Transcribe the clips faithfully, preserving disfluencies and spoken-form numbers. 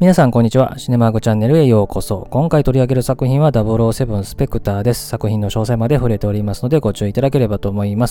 皆さんこんにちは。シネマーグチャンネルへようこそ。今回取り上げる作品はダブルオーセブンスペクターです。作品の詳細まで触れておりますのでご注意いただければと思います。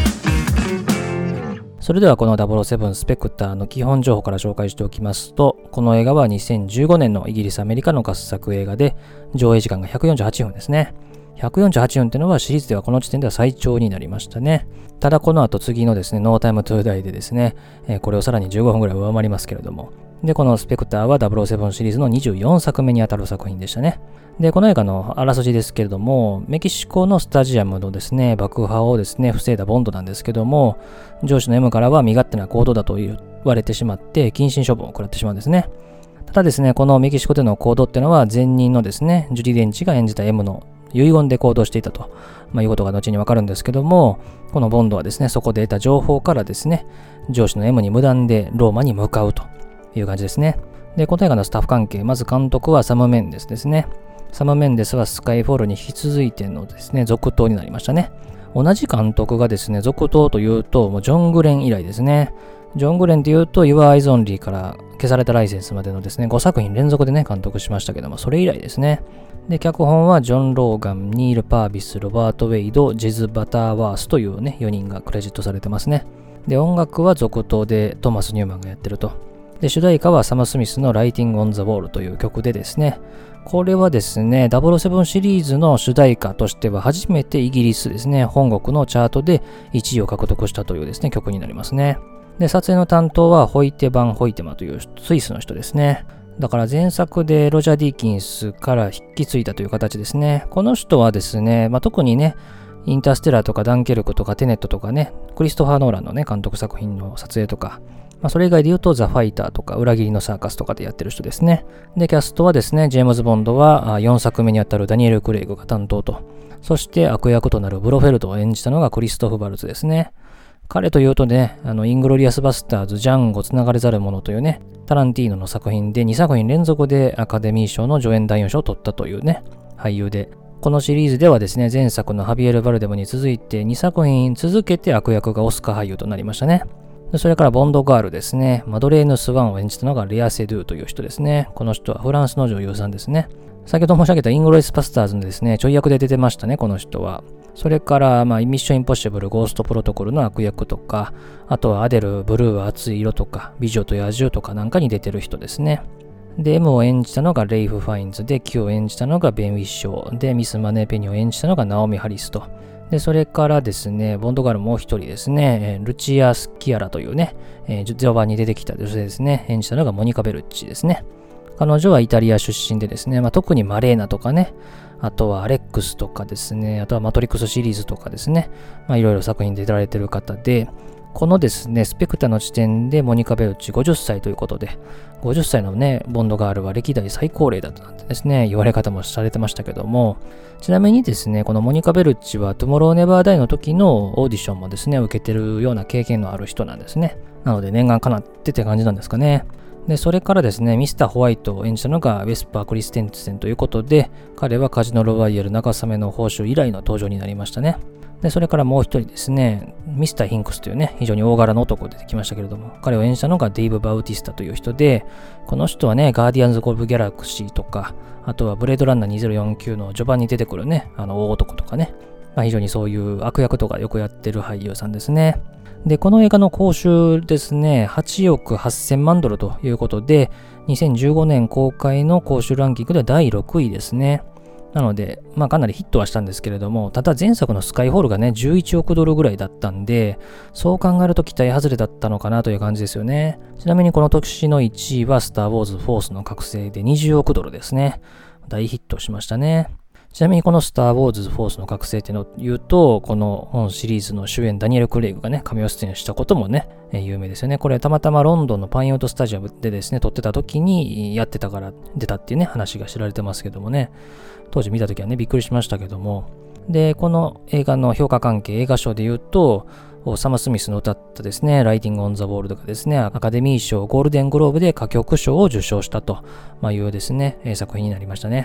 それではこのダブルオーセブンスペクターの基本情報から紹介しておきますと、この映画はにせんじゅうごねんのイギリス・アメリカの合作映画で、上映時間がひゃくよんじゅうはちふんですね。ひゃくよんじゅうはちふんっていうのはシリーズではこの時点では最長になりましたね。ただこの後次のですね、ノータイムトゥーダイでですね、えー、これをさらにじゅうごふんぐらい上回りますけれども。で、このスペクターはダブルオーセブンシリーズのにじゅうよんさくめにあたる作品でしたね。で、この映画のあらすじですけれども、メキシコのスタジアムのですね、爆破をですね、防いだボンドなんですけども、上司の M からは身勝手な行動だと言われてしまって、謹慎処分を食らってしまうんですね。ただですね、このメキシコでの行動っていうのは、前任のですね、ジュディ・デンチが演じた M の遺言で行動していたと、まあ、いうことが後にわかるんですけども、このボンドはですね、そこで得た情報からですね、上司の M に無断でローマに向かうという感じですね。で、この映画のスタッフ関係、まず監督はサム・メンデスですね。サム・メンデスはスカイフォールに引き続いてのですね、続投になりましたね。同じ監督がですね、続投というと、もうジョン・グレン以来ですね。ジョン・グレンというと、Your Eyes Only から消されたライセンスまでのですね、ごさくひん連続でね、監督しましたけども、それ以来ですね。で、脚本はジョン・ローガン、ニール・パービス、ロバート・ウェイド、ジェズ・バターワースというね、よにんがクレジットされてますね。で、音楽は続投でトーマス・ニューマンがやってると。で、主題歌はサム・スミスの Writing on the Wall という曲でですね、これはですね、ダブルオーセブンシリーズの主題歌としては初めてイギリスですね、本国のチャートでいちいを獲得したというですね、曲になりますね。で、撮影の担当はホイテバン・ホイテマというスイスの人ですね。だから前作でロジャー・ディーキンスから引き継いだという形ですね。この人はですね、まあ、特にね、インターステラーとかダンケルクとかテネットとかね、クリストファー・ノーランのね、監督作品の撮影とか、まあ、それ以外で言うとザ・ファイターとか裏切りのサーカスとかでやってる人ですね。で、キャストはですね、ジェームズ・ボンドはよんさくめにあたるダニエル・クレイグが担当と。そして悪役となるブロフェルドを演じたのがクリストフ・バルツですね。彼というとね、あの、イングロリアス・バスターズ、ジャンゴ、つながれざる者というね、タランティーノの作品でにさくひん連続でアカデミー賞の助演男優賞を取ったというね、俳優で、このシリーズではですね、前作のハビエル・バルデムに続いてにさくひん続けて悪役がオスカー俳優となりましたね。でそれからボンドガールですね、マドレーヌ・スワンを演じたのがレア・セドゥという人ですね。この人はフランスの女優さんですね。先ほど申し上げたイングロリス・バスターズのですね、ちょい役で出てましたね、この人は。それから、まあ、ミッション・インポッシブル、ゴースト・プロトコルの悪役とか、あとはアデル、ブルーは熱い色とか、美女と野獣とかなんかに出てる人ですね。で、M を演じたのがレイフ・ファインズで、Q を演じたのがベン・ウィッショーで、ミス・マネー・ペニを演じたのがナオミ・ハリスと。で、それからですね、ボンドガールもう一人ですね、ルチア・スキアラというね、えー、序盤に出てきた女性ですね、演じたのがモニカ・ベルッチですね。彼女はイタリア出身でですね、まあ、特にマレーナとかね、あとはアレックスとかですね、あとはマトリックスシリーズとかですね、まあ、いろいろ作品で出られている方で、このですね、スペクタの時点でモニカ・ベルッチごじゅっさいということで、ごじゅっさいのね、ボンドガールは歴代最高齢だったなんてですね、言われ方もされてましたけども、ちなみにですね、このモニカ・ベルッチはトゥモロー・ネバー・ダイの時のオーディションもですね、受けてるような経験のある人なんですね。なので念願かなってって感じなんですかね。で、それからですね、ミスター・ホワイトを演じたのがウェスパー・クリステンセンということで、彼はカジノ・ロワイヤル中サメの報酬以来の登場になりましたね。で、それからもう一人ですね、ミスター・ヒンクスというね、非常に大柄の男が出てきましたけれども、彼を演じたのがデイブ・バウティスタという人で、この人はね、ガーディアンズ・オブ・ギャラクシーとか、あとはブレードランナーにせんよんじゅうきゅうの序盤に出てくるね、あの大男とかね、まあ、非常にそういう悪役とかよくやってる俳優さんですね。で、この映画の興収ですね、はちおくはっせんまんドルということで、にせんじゅうごねん公開の興収ランキングではだいろくいですね。なので、まあかなりヒットはしたんですけれども、ただ前作のスカイフォールがね、じゅういちおくドルぐらいだったんで、そう考えると期待外れだったのかなという感じですよね。ちなみにこの年のいちいはスター・ウォーズ・フォースの覚醒でにじゅうおくドルですね。大ヒットしましたね。ちなみにこのスター・ウォーズ・フォースの覚醒っていうのを言うと、この本シリーズの主演ダニエル・クレイグがね、カメオ出演したこともね、えー、有名ですよね。これたまたまロンドンのパンヨートスタジアムでですね、撮ってた時にやってたから出たっていうね、話が知られてますけどもね、当時見た時はね、びっくりしましたけども。で、この映画の評価関係、映画賞で言うと、サム・スミスの歌ったですね、ライティング・オン・ザ・ウォールとかですね、アカデミー賞、ゴールデングローブで歌曲賞を受賞したというですね、作品になりましたね。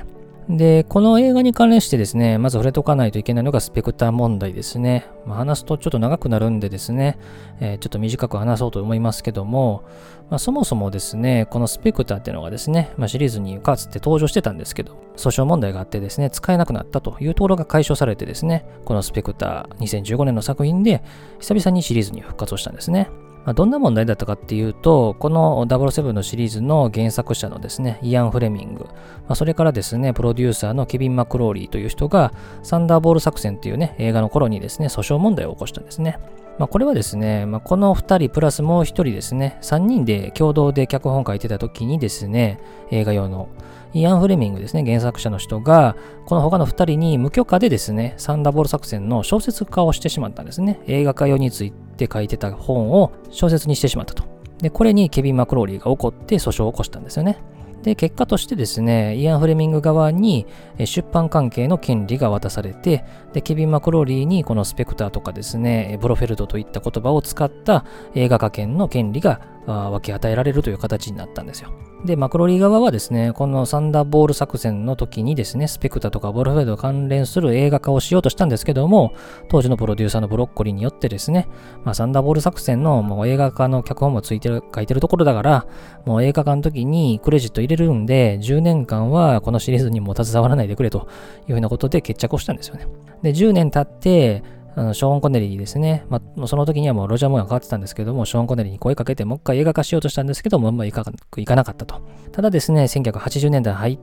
で、この映画に関連してですね、まず触れとかないといけないのがスペクター問題ですね。まあ、話すとちょっと長くなるんでですね、えー、ちょっと短く話そうと思いますけども、まあ、そもそもですね、このスペクターっていうのがですね、まあ、シリーズにかつて登場してたんですけど、訴訟問題があってですね、使えなくなったというところが解消されてですね、このスペクターにせんじゅうごねんの作品で久々にシリーズに復活をしたんですね。まあ、どんな問題だったかっていうと、このダブルセブンのシリーズの原作者のですね、イアン・フレミング、まあ、それからですね、プロデューサーのケビン・マクローリーという人が、サンダーボール作戦っていうね、映画の頃にですね、訴訟問題を起こしたんですね。まあ、これはですね、まあ、このふたりプラスもうひとりですね、さんにんで共同で脚本を書いてた時にですね、映画用のイアン・フレミングですね、原作者の人が、この他のふたりに無許可でですね、サンダーボール作戦の小説化をしてしまったんですね。映画化用について書いてた本を小説にしてしまったと。で、これにケビン・マクローリーが怒って訴訟を起こしたんですよね。で、結果としてですね、イアン・フレミング側に出版関係の権利が渡されて、で、ケビン・マクローリーにこのスペクターとかですね、ブロフェルドといった言葉を使った映画化権の権利が分け与えられるという形になったんですよ。で、マクローリー側はですね、このサンダーボール作戦の時にですね、スペクターとかブロフェルド関連する映画化をしようとしたんですけども、当時のプロデューサーのブロッコリーによってですね、まあ、サンダーボール作戦のもう映画化の脚本もついてる、書いてるところだから、もう映画化の時にクレジット入れるんで、じゅうねんかんはこのシリーズにも携わらないでくれというふうなことで決着をしたんですよね。で、じゅうねん経って、あのショーン・コネリーですね。まあ、その時にはもうロジャー・モーが変わってたんですけども、ショーン・コネリーに声かけてもう一回映画化しようとしたんですけども、まあ、いかいかなかったと。ただですね、せんきゅうひゃくはちじゅうねんだい入って、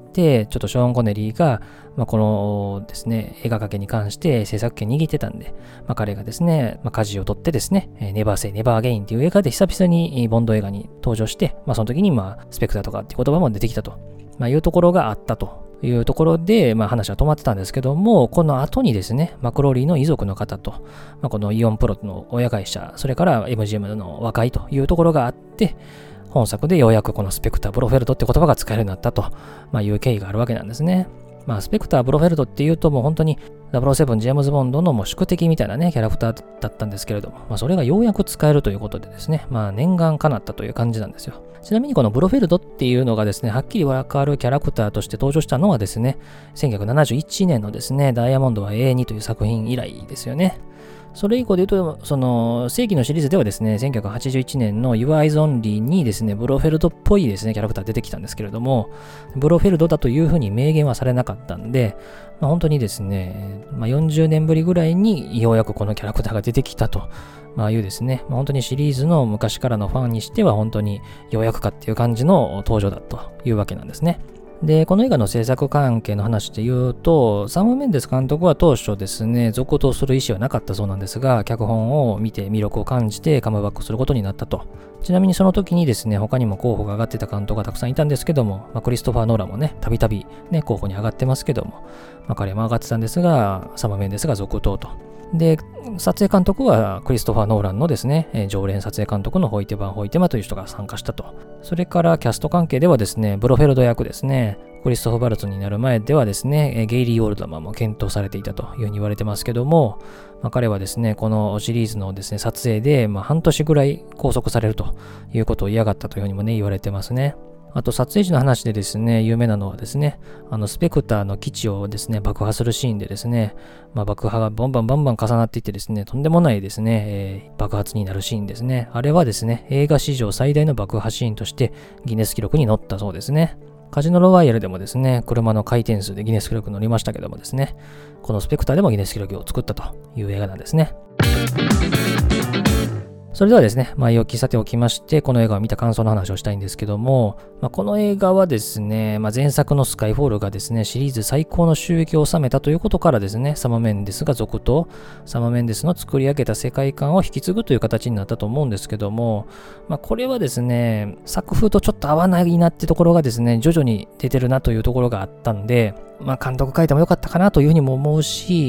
ちょっとショーン・コネリーが、まあ、このですね、映画化に関して制作権握ってたんで、まあ、彼がですね、まあ、舵を取ってですね、ネバー・セイ・ネバー・ゲインっていう映画で久々にボンド映画に登場して、まあ、その時にまあ、スペクターとかっていう言葉も出てきたと、まあ、いうところがあったと。いうところで、まあ、話は止まってたんですけども、この後にですね、マクローリーの遺族の方と、まあ、このイオンプロの親会社、それから エムジーエム の和解というところがあって、本作でようやくこのスペクター・ブロフェルドって言葉が使えるようになったと、まあ、いう経緯があるわけなんですね。まあ、スペクター・ブロフェルドっていうともう本当にダブルオーセブンジェームズ・ボンドのもう宿敵みたいなね、キャラクターだったんですけれども、まあ、それがようやく使えるということでですね、まあ、念願かなったという感じなんですよ。ちなみにこのブロフェルドっていうのがですね、はっきりわかるキャラクターとして登場したのはですね、せんきゅうひゃくななじゅういちねんのですね、ダイヤモンドは永遠にという作品以来ですよね。それ以降で言うと、その、正規のシリーズではですね、せんきゅうひゃくはちじゅういちねんの Your Eyes Only にですね、ブロフェルドっぽいですね、キャラクター出てきたんですけれども、ブロフェルドだというふうに明言はされなかったんで、まあ、本当にですね、まあ、よんじゅうねんぶりぐらいにようやくこのキャラクターが出てきたと。まあいうですね、まあ、本当にシリーズの昔からのファンにしては本当にようやくかっていう感じの登場だというわけなんですね。で、この映画の制作関係の話で言うと、サム・メンデス監督は当初ですね、続投する意思はなかったそうなんですが、脚本を見て魅力を感じてカムバックすることになったと。ちなみにその時にですね、他にも候補が上がってた監督がたくさんいたんですけども、まあ、クリストファー・ノーランもね、たびたびね、候補に上がってますけども、まあ、彼も上がってたんですが、サム・メンデスが続投と。で、撮影監督はクリストファー・ノーランのですね、えー、常連撮影監督のホイテバン・ホイテマという人が参加したと。それからキャスト関係ではですね、ブロフェルド役ですね、クリストフ・バルツになる前ではですね、ゲイリー・オールドマンも検討されていたというふうに言われてますけども、まあ、彼はですね、このシリーズのですね、撮影で、まあ、半年ぐらい拘束されるということを嫌がったというふうにもね、言われてますね。あと撮影時の話でですね、有名なのはですね、あのスペクターの基地をですね、爆破するシーンでですね、まあ、爆破がバンバンバンバン重なっていってですね、とんでもないですね、えー、爆発になるシーンですね。あれはですね、映画史上最大の爆破シーンとしてギネス記録に載ったそうですね。カジノロワイヤルでもですね、車の回転数でギネス記録に載りましたけどもですね、このスペクターでもギネス記録を作ったという映画なんですね。それではですね、まあ、言い訳さておきまして、この映画を見た感想の話をしたいんですけども、まあ、この映画はですね、まあ、前作のスカイフォールがですね、シリーズ最高の収益を収めたということからですね、サム・メンデスが続投、サム・メンデスの作り上げた世界観を引き継ぐという形になったと思うんですけども、まあ、これはですね、作風とちょっと合わないなってところがですね、徐々に出てるなというところがあったんで、まあ、監督書いてもよかったかなというふうにも思うし、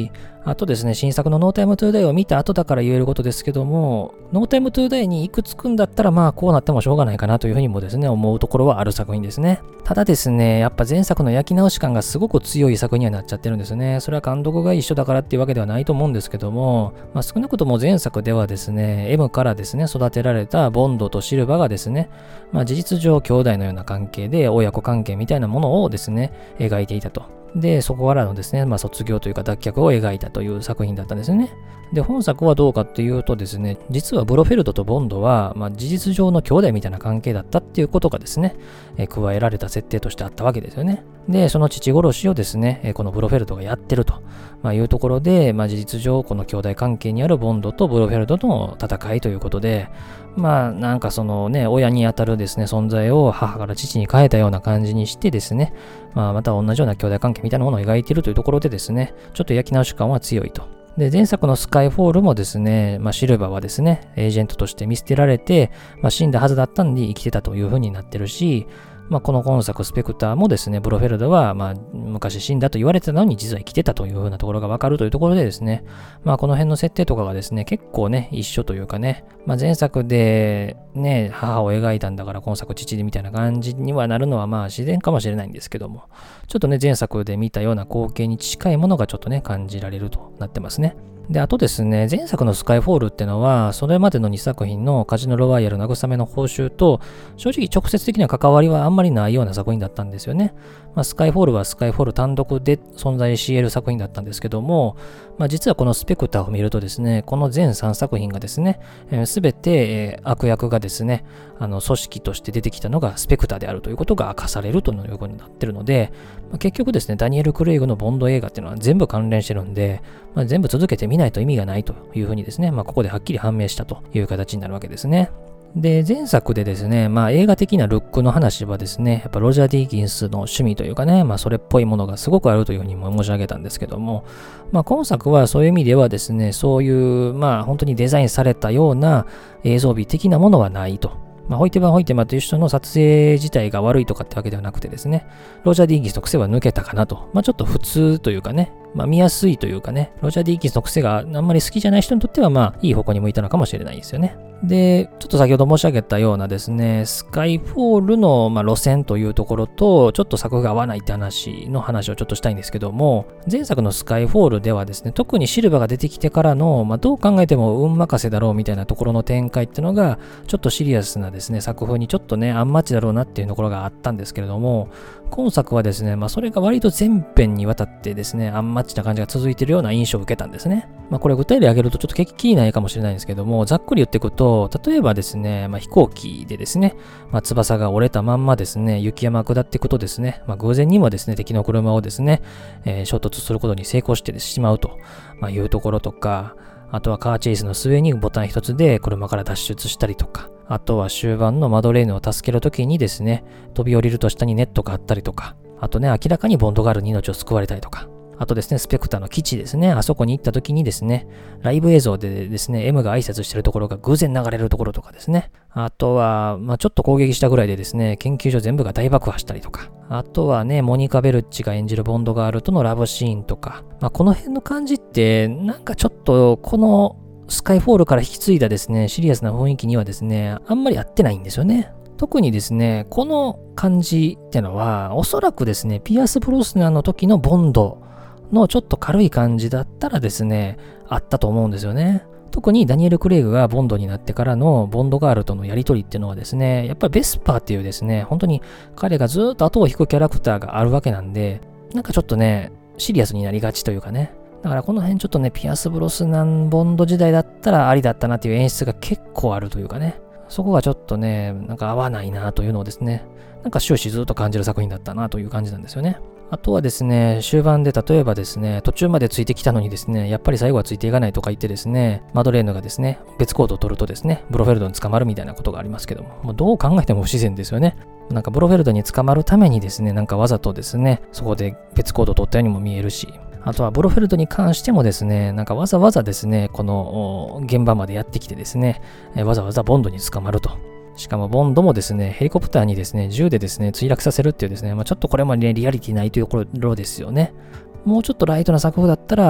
あとですね、新作のノータイムトゥーダイを見た後だから言えることですけども、ノータイムトゥーダイにいくつくんだったらまあこうなってもしょうがないかなというふうにもですね、思うところはある作品ですね。ただですね、やっぱ前作の焼き直し感がすごく強い作品にはなっちゃってるんですね。それは監督が一緒だからっていうわけではないと思うんですけども、まあ少なくとも前作ではですね、M からですね、育てられたボンドとシルバがですね、まあ事実上兄弟のような関係で親子関係みたいなものをですね、描いていたと。で、そこからのですね、まあ卒業というか脱却を描いたという作品だったんですね。で、本作はどうかっていうとですね、実はブロフェルトとボンドは、まあ事実上の兄弟みたいな関係だったっていうことがですね、え加えられた設定としてあったわけですよね。で、その父殺しをですね、えこのブロフェルトがやってると、まあ、いうところで、まあ事実上この兄弟関係にあるボンドとブロフェルトとの戦いということで、まあなんかそのね、親にあたるですね、存在を母から父に変えたような感じにしてですね、まあまた同じような兄弟関係みたいなものを描いているというところでですね、ちょっと焼き直し感は強いと。で、前作のスカイフォールもですね、まあ、シルバーはですね、エージェントとして見捨てられて、まあ、死んだはずだったんで生きてたという風になってるし、まあ、この今作スペクターもですね、ブロフェルドは、まあ、昔死んだと言われてたのに実は生きてたという風なところがわかるというところでですね、まあ、この辺の設定とかがですね、結構ね、一緒というかね、まあ、前作でね、母を描いたんだから今作父でみたいな感じにはなるのはまあ自然かもしれないんですけども、ちょっとね、前作で見たような光景に近いものがちょっとね、感じられるとなってますね。で、あとですね、前作のスカイフォールってのは、それまでのにさく品のカジノロワイヤル慰めの報酬と、正直直接的な関わりはあんまりないような作品だったんですよね。まあ、スカイフォールはスカイフォール単独で存在し得る作品だったんですけども、まあ、実はこのスペクターを見るとですね、この全さんさく品がですね、すべ、えー、て、えー、悪役がですね、あの組織として出てきたのがスペクターであるということが明かされるということになってるので、まあ、結局ですね、ダニエル・クレイグのボンド映画っていうのは全部関連してるんで、まあ、全部続けてみないと意味がないというふうにですね、まあ、ここではっきり判明したという形になるわけですね。で、前作でですね、まあ映画的なルックの話はですね、やっぱロジャー・ディーキンスの趣味というかね、まあそれっぽいものがすごくあるというふうにも申し上げたんですけども、まあ今作はそういう意味ではですね、そういうまあ本当にデザインされたような映像美的なものはないと。まあ、ホイテバン・ホイテマという人の撮影自体が悪いとかってわけではなくてですね、ロジャー・ディーキンスの癖は抜けたかなと。まあちょっと普通というかね、まあ見やすいというかね、ロジャー・ディーキンスの癖があんまり好きじゃない人にとってはまあいい方向に向いたのかもしれないですよね。で、ちょっと先ほど申し上げたようなですね、スカイフォールのまあ路線というところと、ちょっと作風が合わないって話の話をちょっとしたいんですけども、前作のスカイフォールではですね、特にシルバーが出てきてからの、まあどう考えても運任せだろうみたいなところの展開っていうのが、ちょっとシリアスなですね、作風にちょっとね、アンマッチだろうなっていうところがあったんですけれども、今作はですね、まあそれが割と全編にわたってですね、アンマッチな感じが続いているような印象を受けたんですね。まあこれ具体例挙げるとちょっと聞きないかもしれないんですけども、ざっくり言っていくと、例えばですね、まあ飛行機でですね、まあ翼が折れたまんまですね、雪山下っていくとですね、まあ偶然にもですね、敵の車をですね、えー、衝突することに成功してしまうと、まあ、いうところとか、あとはカーチェイスの末にボタン一つで車から脱出したりとか、あとは終盤のマドレーヌを助けるときにですね、飛び降りると下にネットがあったりとか、あとね、明らかにボンドガールに命を救われたりとか、あとですね、スペクターの基地ですね、あそこに行った時にですね、ライブ映像でですね、M が挨拶してるところが偶然流れるところとかですね、あとは、まあちょっと攻撃したぐらいでですね、研究所全部が大爆破したりとか、あとはね、モニカ・ベルッチが演じるボンドガールとのラブシーンとか、まあこの辺の感じって、なんかちょっとこのスカイフォールから引き継いだですね、シリアスな雰囲気にはですね、あんまり合ってないんですよね。特にですね、この感じってのは、おそらくですね、ピアス・ブロスナーの時のボンドのちょっと軽い感じだったらですね、あったと思うんですよね。特にダニエル・クレイグがボンドになってからのボンドガールとのやりとりっていうのはですね、やっぱりベスパーっていうですね、本当に彼がずっと後を引くキャラクターがあるわけなんで、なんかちょっとね、シリアスになりがちというかね、だからこの辺ちょっとね、ピアス・ブロスナンボンド時代だったらありだったなっていう演出が結構あるというかね、そこがちょっとね、なんか合わないなというのをですね、なんか終始ずっと感じる作品だったなという感じなんですよね。あとはですね、終盤で例えばですね、途中までついてきたのにですね、やっぱり最後はついていかないとか言ってですね、マドレーヌがですね、別行動を取るとですね、ブロフェルドに捕まるみたいなことがありますけども、もうどう考えても不自然ですよね。なんかブロフェルドに捕まるためにですね、なんかわざとですね、そこで別行動を取ったようにも見えるし、あとはブロフェルドに関してもですね、なんかわざわざですね、この現場までやってきてですね、わざわざボンドに捕まると。しかもボンドもですね、ヘリコプターにですね、銃でですね、墜落させるっていうですね、まあ、ちょっとこれもね、リアリティないというところですよね。もうちょっとライトな作風だったら、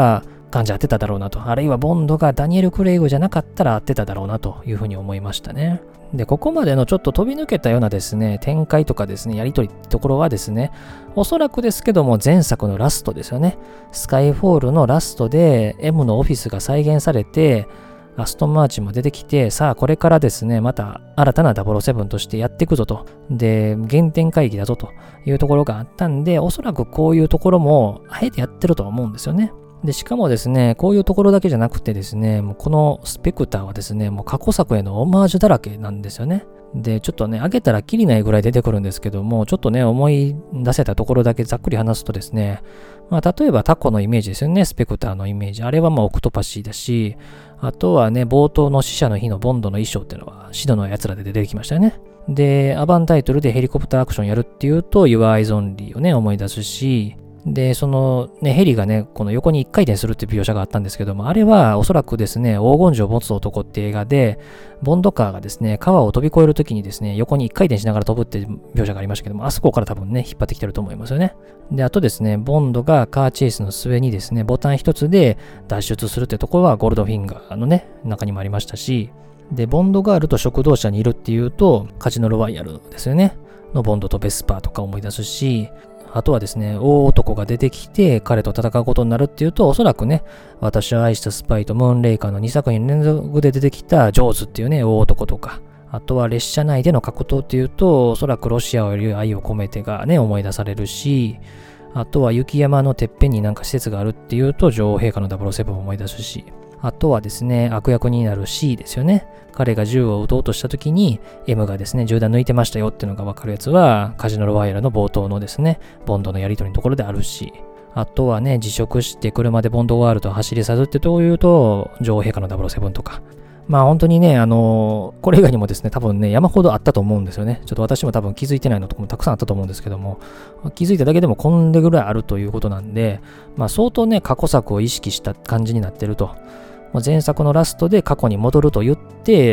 感じ合ってただろうなと。あるいはボンドがダニエル・クレイグじゃなかったら合ってただろうなというふうに思いましたね。で、ここまでのちょっと飛び抜けたようなですね、展開とかですね、やりとりってところはですね、おそらくですけども前作のラストですよね。スカイフォールのラストで M のオフィスが再現されて、アストンマーチンも出てきて、さあこれからですね、また新たなダブルオーセブンとしてやっていくぞと。で、原点回帰だぞというところがあったんで、おそらくこういうところもあえてやってるとは思うんですよね。で、しかもですね、こういうところだけじゃなくてですね、もうこのスペクターはですね、もう過去作へのオマージュだらけなんですよね。で、ちょっとね、上げたらきりないぐらい出てくるんですけども、ちょっとね、思い出せたところだけざっくり話すとですね、まあ、例えばタコのイメージですよね、スペクターのイメージ。あれはまあオクトパシーだし、あとはね、冒頭の死者の日のボンドの衣装っていうのは、シドのやつらで出てきましたよね。で、アバンタイトルでヘリコプターアクションやるっていうと、Your Eyes Only をね、思い出すし、で、そのね、ヘリがね、この横に一回転するっていう描写があったんですけども、あれはおそらくですね、黄金城を持つ男って映画で、ボンドカーがですね、川を飛び越えるときにですね、横に一回転しながら飛ぶっていう描写がありましたけども、あそこから多分ね、引っ張ってきてると思いますよね。で、あとですね、ボンドがカーチェイスの末にですね、ボタン一つで脱出するってところはゴールドフィンガーのね、中にもありましたし、で、ボンドガールと食堂車にいるっていうと、カジノロワイヤルですよね。のボンドとベスパーとか思い出すし、あとはですね、大男が出てきて彼と戦うことになるっていうと、おそらくね、私を愛したスパイとムーンレイカーのにさく品連続で出てきたジョーズっていうね、大男とか、あとは列車内での格闘っていうと、おそらくロシアより愛を込めてがね、思い出されるし、あとは雪山のてっぺんになんか施設があるっていうと、女王陛下のダブルオーセブンを思い出すし、あとはですね、悪役になる C ですよね。彼が銃を撃とうとした時に M がですね、銃弾抜いてましたよっていうのがわかるやつは、カジノロワイヤルの冒頭のですね、ボンドのやり取りのところであるし、あとはね、辞職して車でボンドワールドを走り去るってどういうと、女王陛下のダブルオーセブンとか。まあ本当にね、あのー、これ以外にもですね、多分ね、山ほどあったと思うんですよね。ちょっと私も多分気づいてないのとかもたくさんあったと思うんですけども、気づいただけでもこんでぐらいあるということなんで、まあ相当ね、過去作を意識した感じになってると。前作のラストで過去に戻ると言って、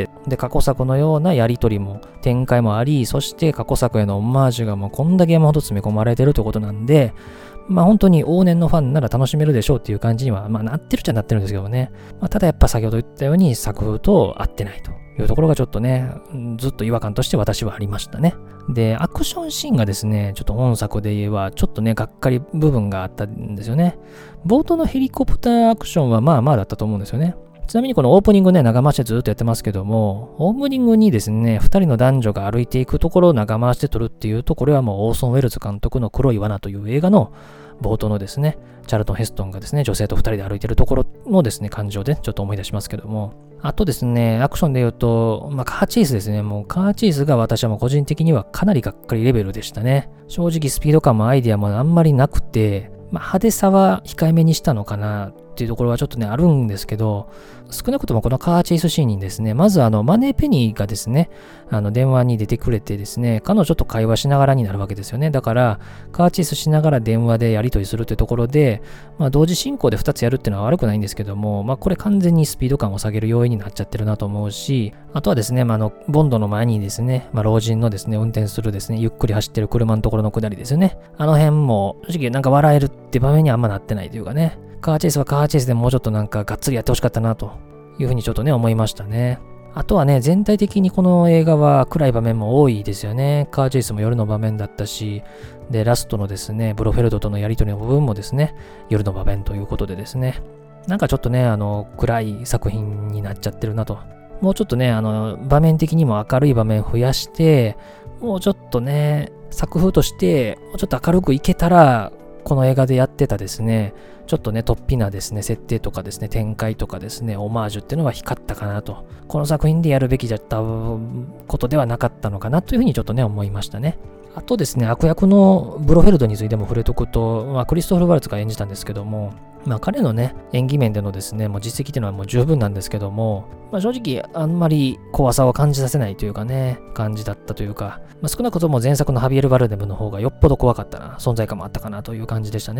で、過去作のようなやりとりも展開もあり、そして過去作へのオマージュがもうこんだけ山ほど詰め込まれてるということなんで、まあ本当に往年のファンなら楽しめるでしょうっていう感じには、まあなってるっちゃなってるんですけどね。まあただやっぱ先ほど言ったように作風と合ってないというところがちょっとね、ずっと違和感として私はありましたね。で、アクションシーンがですね、ちょっと本作で言えばちょっとね、がっかり部分があったんですよね。冒頭のヘリコプターアクションはまあまあだったと思うんですよね。ちなみにこのオープニングね、長回しでずっとやってますけども、オープニングにですね、二人の男女が歩いていくところを長回しで撮るっていうと、これはもうオーソン・ウェルズ監督の黒い罠という映画の冒頭のですね、チャルトン・ヘストンがですね、女性と二人で歩いているところのですね、感情でちょっと思い出しますけども、あとですね、アクションで言うと、まあ、カーチェイスですね。もうカーチェイスが私はもう個人的にはかなりがっかりレベルでしたね。正直スピード感もアイデアもあんまりなくて、まあ、派手さは控えめにしたのかなっていうところはちょっとね、あるんですけど、少なくともこのカーチェイスシーンにですね、まずあの、マネーペニーがですね、あの、電話に出てくれてですね、彼女と会話しながらになるわけですよね。だから、カーチェイスしながら電話でやり取りするってところで、まあ、同時進行でふたつやるっていうのは悪くないんですけども、まあ、これ完全にスピード感を下げる要因になっちゃってるなと思うし、あとはですね、まあ、あの、ボンドの前にですね、まあ、老人のですね、運転するですね、ゆっくり走ってる車のところの下りですよね。あの辺も、正直なんか笑えるって場面にあんまなってないというかね、カーチェイスはカーチェイスでもうちょっとなんかがっつりやってほしかったなというふうにちょっとね思いましたね。あとはね、全体的にこの映画は暗い場面も多いですよね。カーチェイスも夜の場面だったし、で、ラストのですね、ブロフェルドとのやりとりの部分もですね、夜の場面ということでですね、なんかちょっとね、あの、暗い作品になっちゃってるなと。もうちょっとね、あの、場面的にも明るい場面増やして、もうちょっとね、作風として、もうちょっと明るくいけたら、この映画でやってたですね、ちょっとね、突飛なですね、設定とかですね、展開とかですね、オマージュっていうのは光ったかなと。この作品でやるべきじゃったことではなかったのかなというふうにちょっとね、思いましたね。あとですね、悪役のブロフェルドについても触れとくと、まあ、クリストフル・ワルツが演じたんですけども、まあ彼のね、演技面でのですね、もう実績っていうのはもう十分なんですけども、まあ正直あんまり怖さを感じさせないというかね、感じだったというか、まあ、少なくとも前作のハビエル・バルデムの方がよっぽど怖かったな、存在感もあったかなという感じでしたね。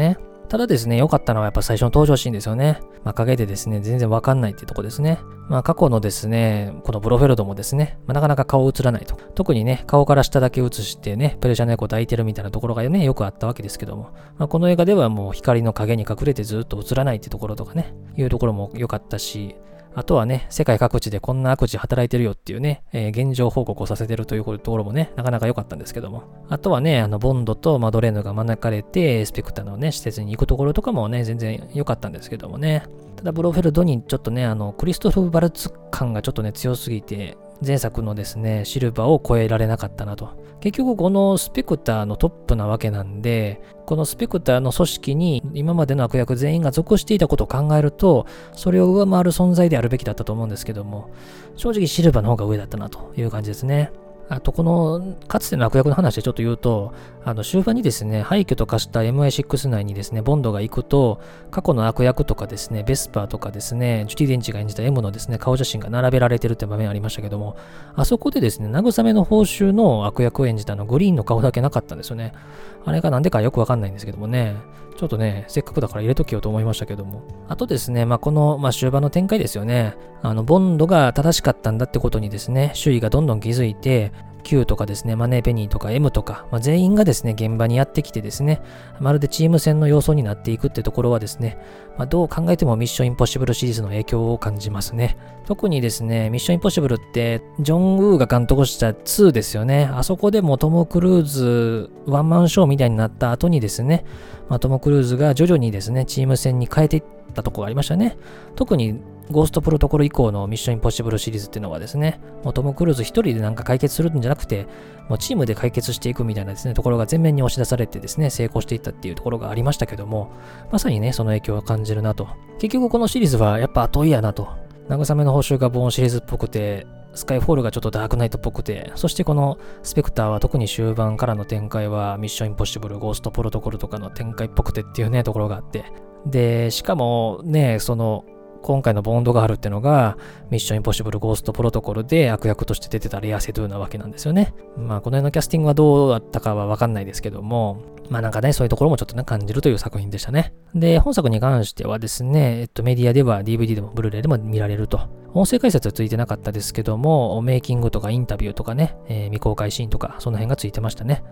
ただですね、良かったのはやっぱ最初の登場シーンですよね。まあ、陰でですね、全然わかんないっていうとこですね。まあ、過去のですね、このブロフェルドもですね、まあ、なかなか顔映らないと。特にね、顔から下だけ映してね、ペルシャの猫抱いてるみたいなところがね、よくあったわけですけども、まあ、この映画ではもう光の影に隠れてずっと映らないっていうところとかね、いうところも良かったし、あとはね、世界各地でこんな悪事働いてるよっていうね、えー、現状報告をさせてるというところもね、なかなか良かったんですけども。あとはね、あの、ボンドとマドレーヌが招かれて、スペクターのね、施設に行くところとかもね、全然良かったんですけどもね。ただ、ブロフェルドにちょっとね、あの、クリストフ・バルツ感がちょっとね、強すぎて、前作のですね、シルバーを超えられなかったなと。結局このスペクターのトップなわけなんで、このスペクターの組織に今までの悪役全員が属していたことを考えると、それを上回る存在であるべきだったと思うんですけども、正直シルバーの方が上だったなという感じですね。あと、この、かつての悪役の話でちょっと言うと、あの、終盤にですね、廃墟と化した エムアイシックス 内にですね、ボンドが行くと、過去の悪役とかですね、ベスパーとかですね、ジュディ・デンチが演じた M のですね、顔写真が並べられてるって場面ありましたけども、あそこでですね、慰めの報酬の悪役を演じたの、グリーンの顔だけなかったんですよね。あれがなんでかよくわかんないんですけどもね、ちょっとね、せっかくだから入れとけようと思いましたけども。あとですね、まあ、この、まあ、終盤の展開ですよね。あの、ボンドが正しかったんだってことにですね、周囲がどんどん気づいて、Q とかですね、マネーペニーとか M とか、まあ、全員がですね、現場にやってきてですね、まるでチーム戦の要素になっていくってところはですね、まあ、どう考えてもミッションインポッシブルシリーズの影響を感じますね。特にですね、ミッションインポッシブルって、ジョン・ウーが監督したツーですよね。あそこでもトム・クルーズワンマンショーみたいになった後にですね、まあ、トム・クルーズが徐々にですね、チーム戦に変えていったところがありましたね。特にゴーストプロトコル以降のミッションインポッシブルシリーズっていうのはですね、もうトム・クルーズ一人でなんか解決するんじゃなくて、もうチームで解決していくみたいなですね、ところが前面に押し出されてですね、成功していったっていうところがありましたけども、まさにね、その影響を感じるなと。結局このシリーズはやっぱ後追いやなと。慰めの報酬がボーンシリーズっぽくて、スカイフォールがちょっとダークナイトっぽくて、そしてこのスペクターは特に終盤からの展開はミッションインポッシブル、ゴーストプロトコルとかの展開っぽくてっていうね、ところがあって。で、しかもね、その、今回のボンドガールってのがミッションインポッシブルゴーストプロトコルで悪役として出てたレア・セドゥなわけなんですよね。まあこの辺のキャスティングはどうだったかはわかんないですけども、まあなんかね、そういうところもちょっとね、感じるという作品でしたね。で、本作に関してはですね、えっとメディアでは ディーブイディー でもブルーレイでも見られると。音声解説はついてなかったですけども、メイキングとかインタビューとかね、えー、未公開シーンとか、その辺がついてましたね。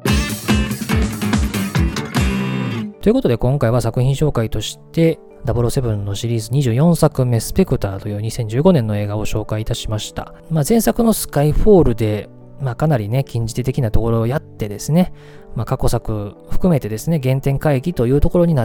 ということで今回は作品紹介としてダブルオーセブンのシリーズにじゅうよんさくめスペクターというにせんじゅうごねんの映画を紹介いたしました。まあ、前作のスカイフォールで、まあ、かなりね、禁じ手的なところをやってですね、まあ、過去作含めてですね、原点回帰というところになって、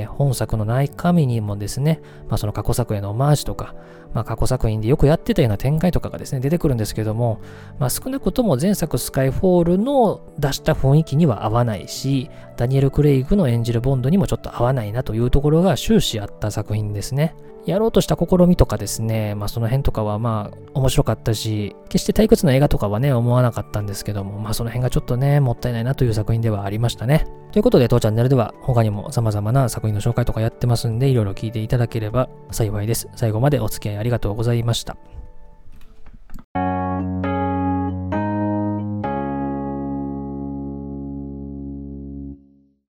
本作の中身にもですね、まあ、その過去作へのオマージュとか、まあ、過去作品でよくやってたような展開とかがですね、出てくるんですけども、まあ、少なくとも前作スカイフォールの出した雰囲気には合わないし、ダニエル・クレイグの演じるボンドにもちょっと合わないなというところが終始あった作品ですね。やろうとした試みとかですね、まあその辺とかはまあ面白かったし、決して退屈な映画とかはね、思わなかったんですけども、まあその辺がちょっとね、もったいないなという作品ではありましたね。ということで、当チャンネルでは他にも様々な作品の紹介とかやってますんで、いろいろ聞いていただければ幸いです。最後までお付き合いありがとうございました。